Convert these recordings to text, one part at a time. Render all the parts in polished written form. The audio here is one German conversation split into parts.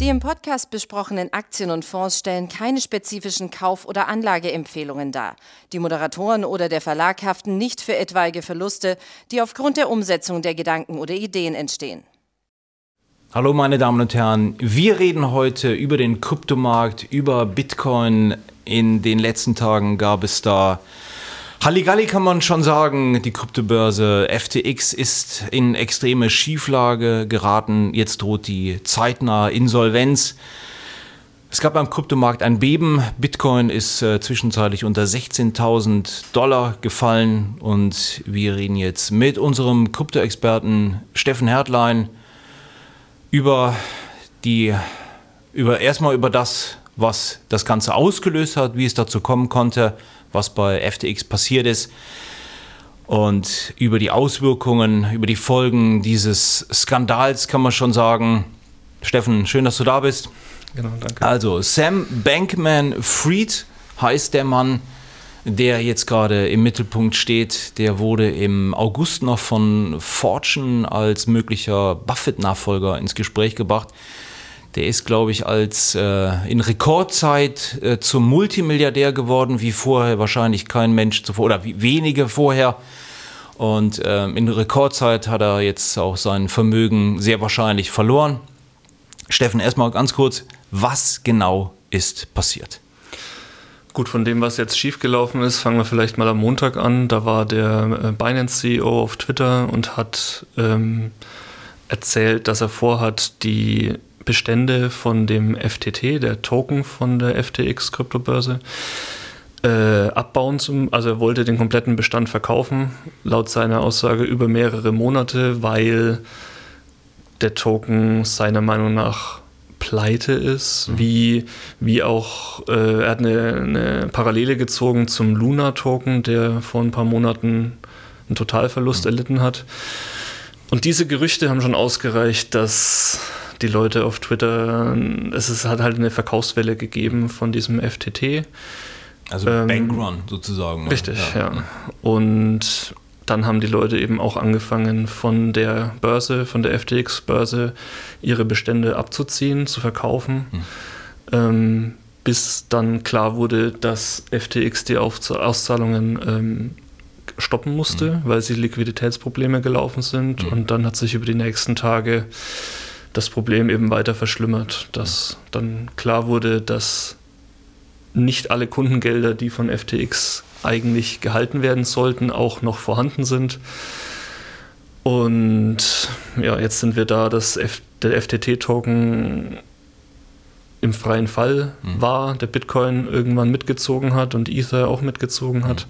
Die im Podcast besprochenen Aktien und Fonds stellen keine spezifischen Kauf- oder Anlageempfehlungen dar. Die Moderatoren oder der Verlag haften nicht für etwaige Verluste, die aufgrund der Umsetzung der Gedanken oder Ideen entstehen. Hallo meine Damen und Herren, wir reden heute über den Kryptomarkt, über Bitcoin. In den letzten Tagen gab es da Halligalli, kann man schon sagen. Die Kryptobörse FTX ist in extreme Schieflage geraten. Jetzt droht die zeitnahe Insolvenz. Es gab beim Kryptomarkt ein Beben. Bitcoin ist zwischenzeitlich unter $16.000 gefallen. Und wir reden jetzt mit unserem Krypto-Experten Steffen Hertlein erstmal über das, was das Ganze ausgelöst hat, wie es dazu kommen konnte, was bei FTX passiert ist und über die Auswirkungen, über die Folgen dieses Skandals kann man schon sagen. Steffen, schön, dass du da bist. Genau, danke. Also Sam Bankman-Fried heißt der Mann, der jetzt gerade im Mittelpunkt steht. Der wurde im August noch von Fortune als möglicher Buffett-Nachfolger ins Gespräch gebracht. Der ist, glaube ich, in Rekordzeit zum Multimilliardär geworden, wie vorher wahrscheinlich kein Mensch zuvor oder wie wenige vorher. Und in Rekordzeit hat er jetzt auch sein Vermögen sehr wahrscheinlich verloren. Steffen, erstmal ganz kurz, was genau ist passiert? Gut, von dem, was jetzt schiefgelaufen ist, fangen wir vielleicht mal am Montag an. Da war der Binance-CEO auf Twitter und hat erzählt, dass er vorhat, die Bestände von dem FTT, der Token von der FTX-Kryptobörse, abbauen. Also er wollte den kompletten Bestand verkaufen, laut seiner Aussage über mehrere Monate, weil der Token seiner Meinung nach pleite ist, wie auch, er hat eine Parallele gezogen zum Luna-Token, der vor ein paar Monaten einen Totalverlust erlitten hat. Und diese Gerüchte haben schon ausgereicht, dass die Leute auf Twitter, hat halt eine Verkaufswelle gegeben von diesem FTT. Also Bankrun sozusagen. Richtig, ja. Und dann haben die Leute eben auch angefangen, von der Börse, von der FTX-Börse, ihre Bestände abzuziehen, zu verkaufen, bis dann klar wurde, dass FTX die Auszahlungen stoppen musste, weil sie Liquiditätsprobleme gelaufen sind. Und dann hat sich über die nächsten Tage das Problem eben weiter verschlimmert, dass dann klar wurde, dass nicht alle Kundengelder, die von FTX eigentlich gehalten werden sollten, auch noch vorhanden sind. Und ja, jetzt sind wir da, dass der FTT-Token im freien Fall war, der Bitcoin irgendwann mitgezogen hat und Ether auch mitgezogen hat.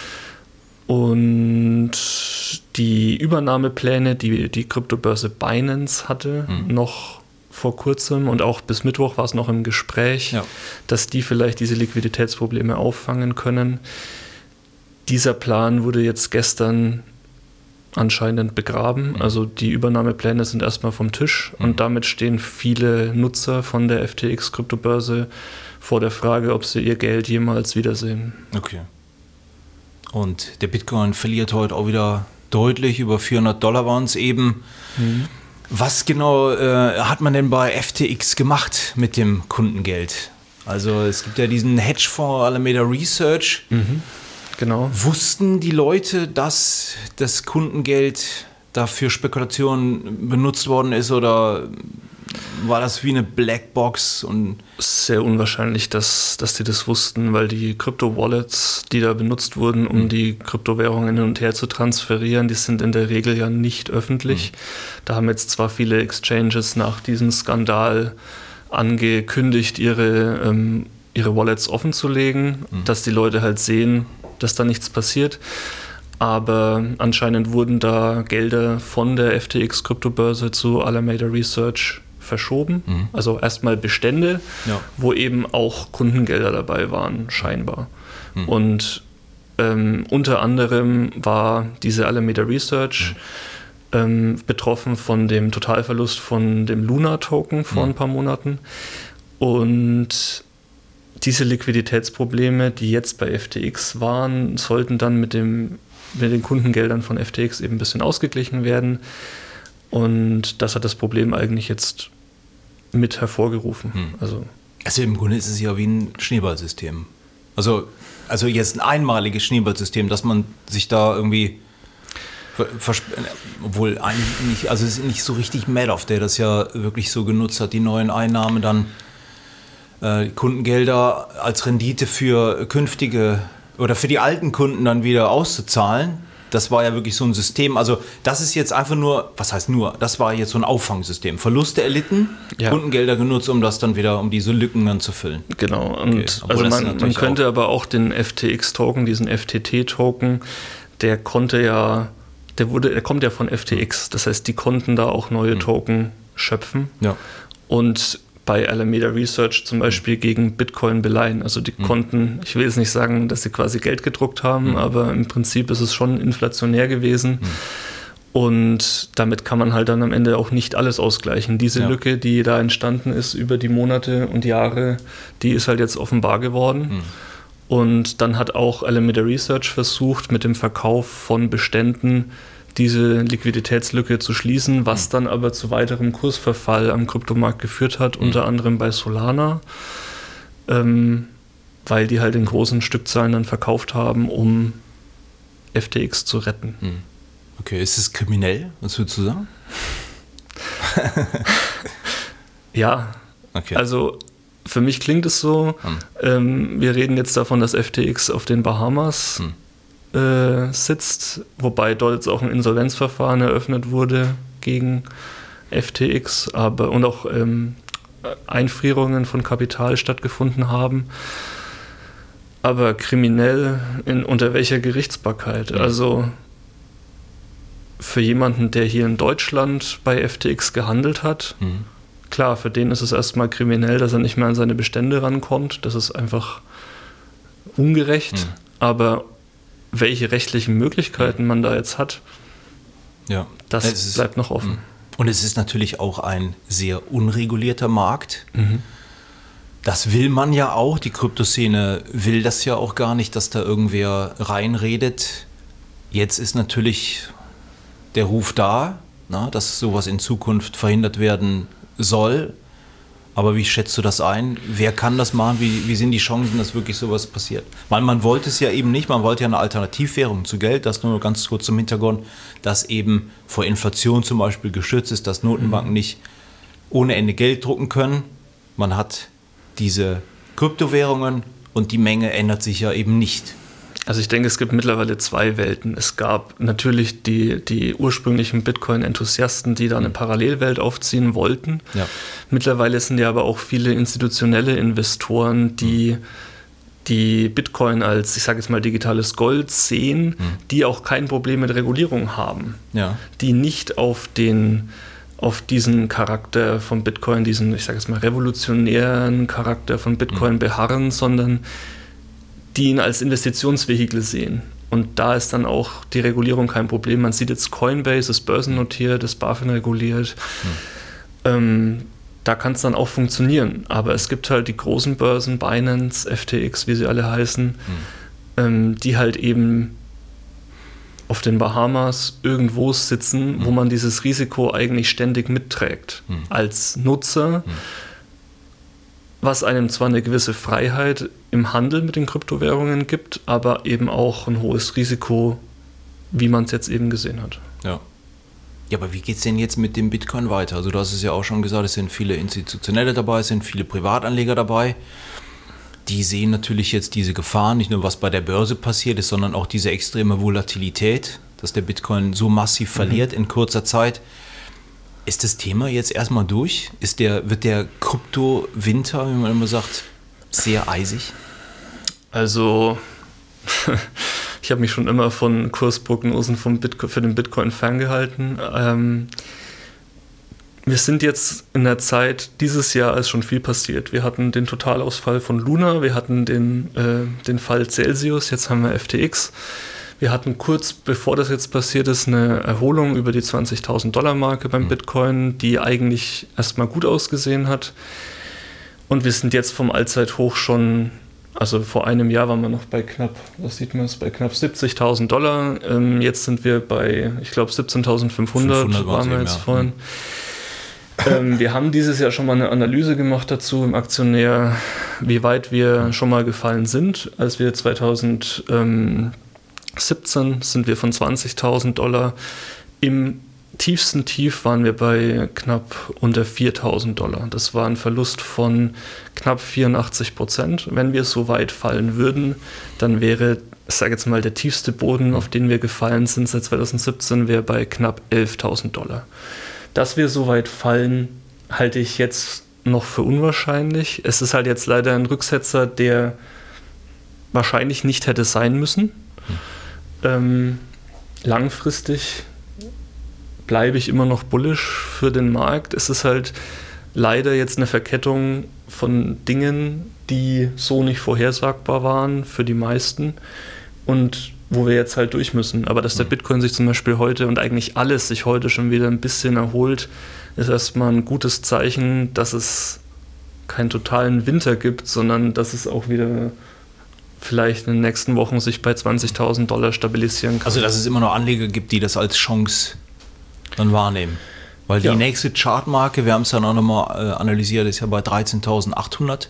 Und die Übernahmepläne, die die Kryptobörse Binance hatte, noch vor kurzem und auch bis Mittwoch war es noch im Gespräch, dass die vielleicht diese Liquiditätsprobleme auffangen können. Dieser Plan wurde jetzt gestern anscheinend begraben. Also die Übernahmepläne sind erstmal vom Tisch und damit stehen viele Nutzer von der FTX-Kryptobörse vor der Frage, ob sie ihr Geld jemals wiedersehen. Okay. Und der Bitcoin verliert heute auch wieder deutlich, über $400 waren es eben. Was genau hat man denn bei FTX gemacht mit dem Kundengeld? Also es gibt ja diesen Hedgefonds Alameda Research. Genau. Wussten die Leute, dass das Kundengeld dafür Spekulationen benutzt worden ist oder war das wie eine Blackbox? Sehr unwahrscheinlich, dass die das wussten, weil die Krypto-Wallets, die da benutzt wurden, um die Kryptowährungen hin und her zu transferieren, die sind in der Regel ja nicht öffentlich. Da haben jetzt zwar viele Exchanges nach diesem Skandal angekündigt, ihre Wallets offen zu legen, dass die Leute halt sehen, dass da nichts passiert. Aber anscheinend wurden da Gelder von der FTX-Kryptobörse zu Alameda Research verschoben. Also erstmal Bestände, wo eben auch Kundengelder dabei waren, scheinbar. Und unter anderem war diese Alameda Research betroffen von dem Totalverlust von dem Luna-Token vor ein paar Monaten. Und diese Liquiditätsprobleme, die jetzt bei FTX waren, sollten dann mit den Kundengeldern von FTX eben ein bisschen ausgeglichen werden. Und das hat das Problem eigentlich jetzt mit hervorgerufen. Also im Grunde ist es ja wie ein Schneeballsystem. Also jetzt ein einmaliges Schneeballsystem, dass man sich da irgendwie obwohl eigentlich nicht, also es ist nicht so richtig Madoff, der das ja wirklich so genutzt hat, die neuen Einnahmen dann Kundengelder als Rendite für künftige oder für die alten Kunden dann wieder auszuzahlen. Das war ja wirklich so ein System. Also das ist jetzt einfach nur, was heißt nur, das war jetzt so ein Auffangsystem. Verluste erlitten, Kundengelder genutzt, um das dann wieder, um diese Lücken dann zu füllen. Genau. Und also man könnte aber auch den FTX-Token, diesen FTT-Token, der kommt ja von FTX. Das heißt, die konnten da auch neue Token schöpfen. Ja. Und bei Alameda Research zum Beispiel gegen Bitcoin beleihen. Also die konnten, ich will jetzt nicht sagen, dass sie quasi Geld gedruckt haben, aber im Prinzip ist es schon inflationär gewesen. Und damit kann man halt dann am Ende auch nicht alles ausgleichen. Diese Lücke, die da entstanden ist über die Monate und Jahre, die ist halt jetzt offenbar geworden. Und dann hat auch Alameda Research versucht, mit dem Verkauf von Beständen diese Liquiditätslücke zu schließen, was dann aber zu weiterem Kursverfall am Kryptomarkt geführt hat, unter anderem bei Solana, weil die halt in großen Stückzahlen dann verkauft haben, um FTX zu retten. Okay, ist es kriminell? Was würdest du sagen? Ja, okay. Also für mich klingt es so, wir reden jetzt davon, dass FTX auf den Bahamas sitzt, wobei dort jetzt auch ein Insolvenzverfahren eröffnet wurde gegen FTX, und auch Einfrierungen von Kapital stattgefunden haben. Aber kriminell unter welcher Gerichtsbarkeit? Also für jemanden, der hier in Deutschland bei FTX gehandelt hat, klar, für den ist es erstmal kriminell, dass er nicht mehr an seine Bestände rankommt. Das ist einfach ungerecht, aber welche rechtlichen Möglichkeiten man da jetzt hat, das bleibt noch offen. Und es ist natürlich auch ein sehr unregulierter Markt. Das will man ja auch. Die Kryptoszene will das ja auch gar nicht, dass da irgendwer reinredet. Jetzt ist natürlich der Ruf da, dass sowas in Zukunft verhindert werden soll. Aber wie schätzt du das ein? Wer kann das machen? Wie sind die Chancen, dass wirklich sowas passiert? Weil man wollte es ja eben nicht, man wollte ja eine Alternativwährung zu Geld, das nur ganz kurz zum Hintergrund, dass eben vor Inflation zum Beispiel geschützt ist, dass Notenbanken nicht ohne Ende Geld drucken können. Man hat diese Kryptowährungen und die Menge ändert sich ja eben nicht. Also ich denke, es gibt mittlerweile zwei Welten. Es gab natürlich die ursprünglichen Bitcoin-Enthusiasten, die da eine Parallelwelt aufziehen wollten. Ja. Mittlerweile sind ja aber auch viele institutionelle Investoren, die Bitcoin als, ich sage jetzt mal, digitales Gold sehen, die auch kein Problem mit Regulierung haben. Ja. Die nicht auf diesen Charakter von Bitcoin, diesen, ich sage jetzt mal, revolutionären Charakter von Bitcoin beharren, sondern die ihn als Investitionsvehikel sehen. Und da ist dann auch die Regulierung kein Problem. Man sieht jetzt Coinbase, ist börsennotiert, ist BaFin reguliert. Da kann es dann auch funktionieren. Aber es gibt halt die großen Börsen, Binance, FTX, wie sie alle heißen, die halt eben auf den Bahamas irgendwo sitzen, wo man dieses Risiko eigentlich ständig mitträgt. Als Nutzer, was einem zwar eine gewisse Freiheit im Handel mit den Kryptowährungen gibt, aber eben auch ein hohes Risiko, wie man es jetzt eben gesehen hat. Ja. Ja, aber wie geht es denn jetzt mit dem Bitcoin weiter? Also du hast es ja auch schon gesagt, es sind viele Institutionelle dabei, es sind viele Privatanleger dabei. Die sehen natürlich jetzt diese Gefahren, nicht nur was bei der Börse passiert ist, sondern auch diese extreme Volatilität, dass der Bitcoin so massiv verliert in kurzer Zeit. Ist das Thema jetzt erstmal durch? Wird der Krypto-Winter, wie man immer sagt, sehr eisig? Also, ich habe mich schon immer von Kursprognosen für den Bitcoin ferngehalten. Wir sind jetzt in der Zeit, dieses Jahr ist schon viel passiert. Wir hatten den Totalausfall von Luna, wir hatten den Fall Celsius, jetzt haben wir FTX. Wir hatten kurz bevor das jetzt passiert ist, eine Erholung über die $20.000-Marke beim Bitcoin, die eigentlich erstmal gut ausgesehen hat. Und wir sind jetzt vom Allzeithoch schon, also vor einem Jahr waren wir noch bei knapp, was sieht man, bei knapp $70.000. Jetzt sind wir bei, ich glaube, 17.500 waren wir jetzt vorhin. Wir haben dieses Jahr schon mal eine Analyse gemacht dazu im Aktionär, wie weit wir schon mal gefallen sind. Als wir 2017 sind wir von $20.000. Im tiefsten Tief waren wir bei knapp unter $4.000. Das war ein Verlust von knapp 84%. Wenn wir so weit fallen würden, dann wäre, ich sage jetzt mal, der tiefste Boden, auf den wir gefallen sind seit 2017, wäre bei knapp $11.000. Dass wir so weit fallen, halte ich jetzt noch für unwahrscheinlich. Es ist halt jetzt leider ein Rücksetzer, der wahrscheinlich nicht hätte sein müssen. Langfristig bleibe ich immer noch bullish für den Markt. Es ist halt leider jetzt eine Verkettung von Dingen, die so nicht vorhersagbar waren für die meisten und wo wir jetzt halt durch müssen. Aber dass der Bitcoin sich zum Beispiel heute und eigentlich alles sich heute schon wieder ein bisschen erholt, ist erstmal ein gutes Zeichen, dass es keinen totalen Winter gibt, sondern dass es auch wieder vielleicht in den nächsten Wochen sich bei $20.000 stabilisieren kann. Also dass es immer noch Anleger gibt, die das als Chance dann wahrnehmen. Weil die nächste Chartmarke, wir haben es dann auch nochmal analysiert, ist ja bei 13.800.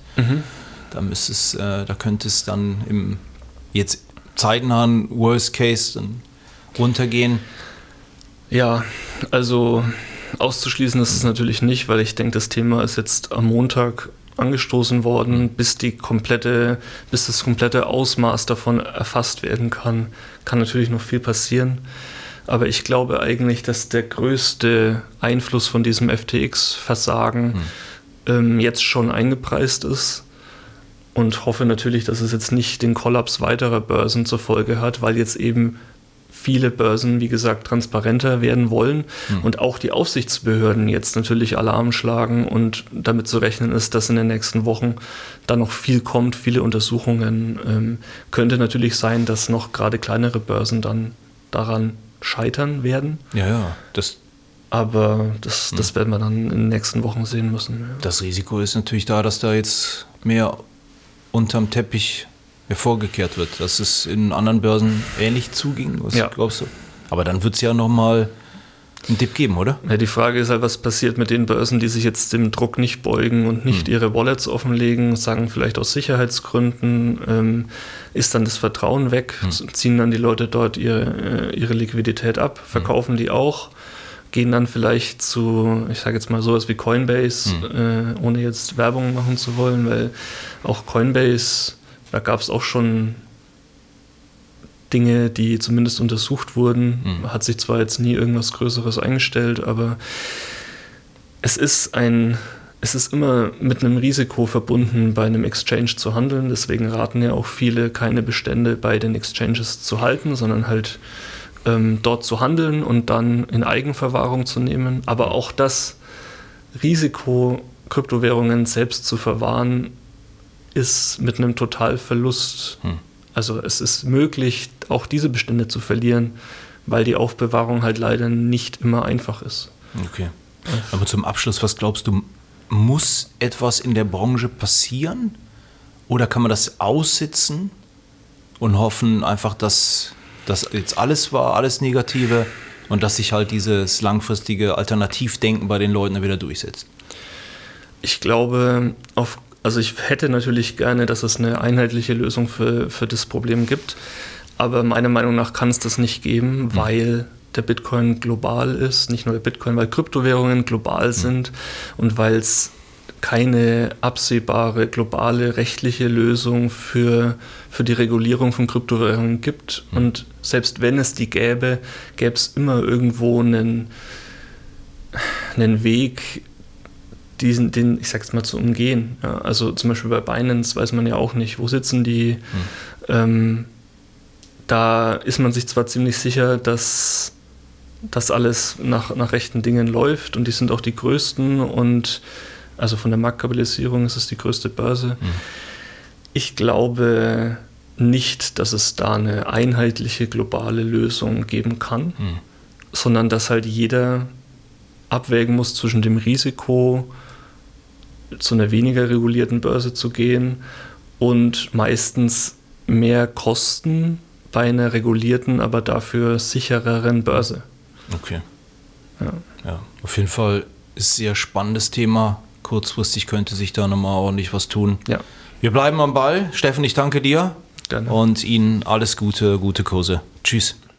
Da könnte es dann im jetzt zeitnahen Worst Case dann runtergehen. Ja, also auszuschließen ist es natürlich nicht, weil ich denke, das Thema ist jetzt am Montag angestoßen worden, bis das komplette Ausmaß davon erfasst werden kann. Kann natürlich noch viel passieren. Aber ich glaube eigentlich, dass der größte Einfluss von diesem FTX-Versagen jetzt schon eingepreist ist. Und hoffe natürlich, dass es jetzt nicht den Kollaps weiterer Börsen zur Folge hat, weil jetzt eben viele Börsen, wie gesagt, transparenter werden wollen und auch die Aufsichtsbehörden jetzt natürlich Alarm schlagen und damit zu rechnen ist, dass in den nächsten Wochen da noch viel kommt, viele Untersuchungen. Könnte natürlich sein, dass noch gerade kleinere Börsen dann daran scheitern werden. Ja. Aber das werden wir dann in den nächsten Wochen sehen müssen. Ja. Das Risiko ist natürlich da, dass da jetzt mehr unterm Teppich hervorgekehrt wird, dass es in anderen Börsen ähnlich zuging, was glaubst du? Aber dann wird es ja nochmal einen Dip geben, oder? Ja, die Frage ist halt, was passiert mit den Börsen, die sich jetzt dem Druck nicht beugen und nicht ihre Wallets offenlegen, sagen vielleicht aus Sicherheitsgründen, ist dann das Vertrauen weg, ziehen dann die Leute dort ihre Liquidität ab, verkaufen die auch, gehen dann vielleicht zu, ich sage jetzt mal sowas wie Coinbase, ohne jetzt Werbung machen zu wollen, weil auch Coinbase, da gab es auch schon Dinge, die zumindest untersucht wurden. Hat sich zwar jetzt nie irgendwas Größeres eingestellt, aber es ist immer mit einem Risiko verbunden, bei einem Exchange zu handeln. Deswegen raten ja auch viele, keine Bestände bei den Exchanges zu halten, sondern halt dort zu handeln und dann in Eigenverwahrung zu nehmen. Aber auch das Risiko, Kryptowährungen selbst zu verwahren, ist mit einem Totalverlust. Also es ist möglich, auch diese Bestände zu verlieren, weil die Aufbewahrung halt leider nicht immer einfach ist. Okay. Aber zum Abschluss, was glaubst du, muss etwas in der Branche passieren? Oder kann man das aussitzen und hoffen einfach, dass das jetzt alles war, alles Negative und dass sich halt dieses langfristige Alternativdenken bei den Leuten wieder durchsetzt? Ich glaube, also ich hätte natürlich gerne, dass es eine einheitliche Lösung für das Problem gibt, aber meiner Meinung nach kann es das nicht geben, weil der Bitcoin global ist, nicht nur der Bitcoin, weil Kryptowährungen global sind und weil es keine absehbare globale rechtliche Lösung für die Regulierung von Kryptowährungen gibt. Und selbst wenn es die gäbe, gäbe es immer irgendwo einen Weg, den, ich sag's mal, zu umgehen. Ja, also zum Beispiel bei Binance weiß man ja auch nicht, wo sitzen die. Da ist man sich zwar ziemlich sicher, dass das alles nach rechten Dingen läuft und die sind auch die größten und also von der Marktkapitalisierung ist es die größte Börse. Ich glaube nicht, dass es da eine einheitliche globale Lösung geben kann, sondern dass halt jeder abwägen muss zwischen dem Risiko, zu einer weniger regulierten Börse zu gehen und meistens mehr Kosten bei einer regulierten, aber dafür sichereren Börse. Okay. Ja, auf jeden Fall Ist ein sehr spannendes Thema. Kurzfristig könnte sich da nochmal ordentlich was tun. Ja. Wir bleiben am Ball. Steffen, ich danke dir. Gerne. Und Ihnen alles Gute, gute Kurse. Tschüss.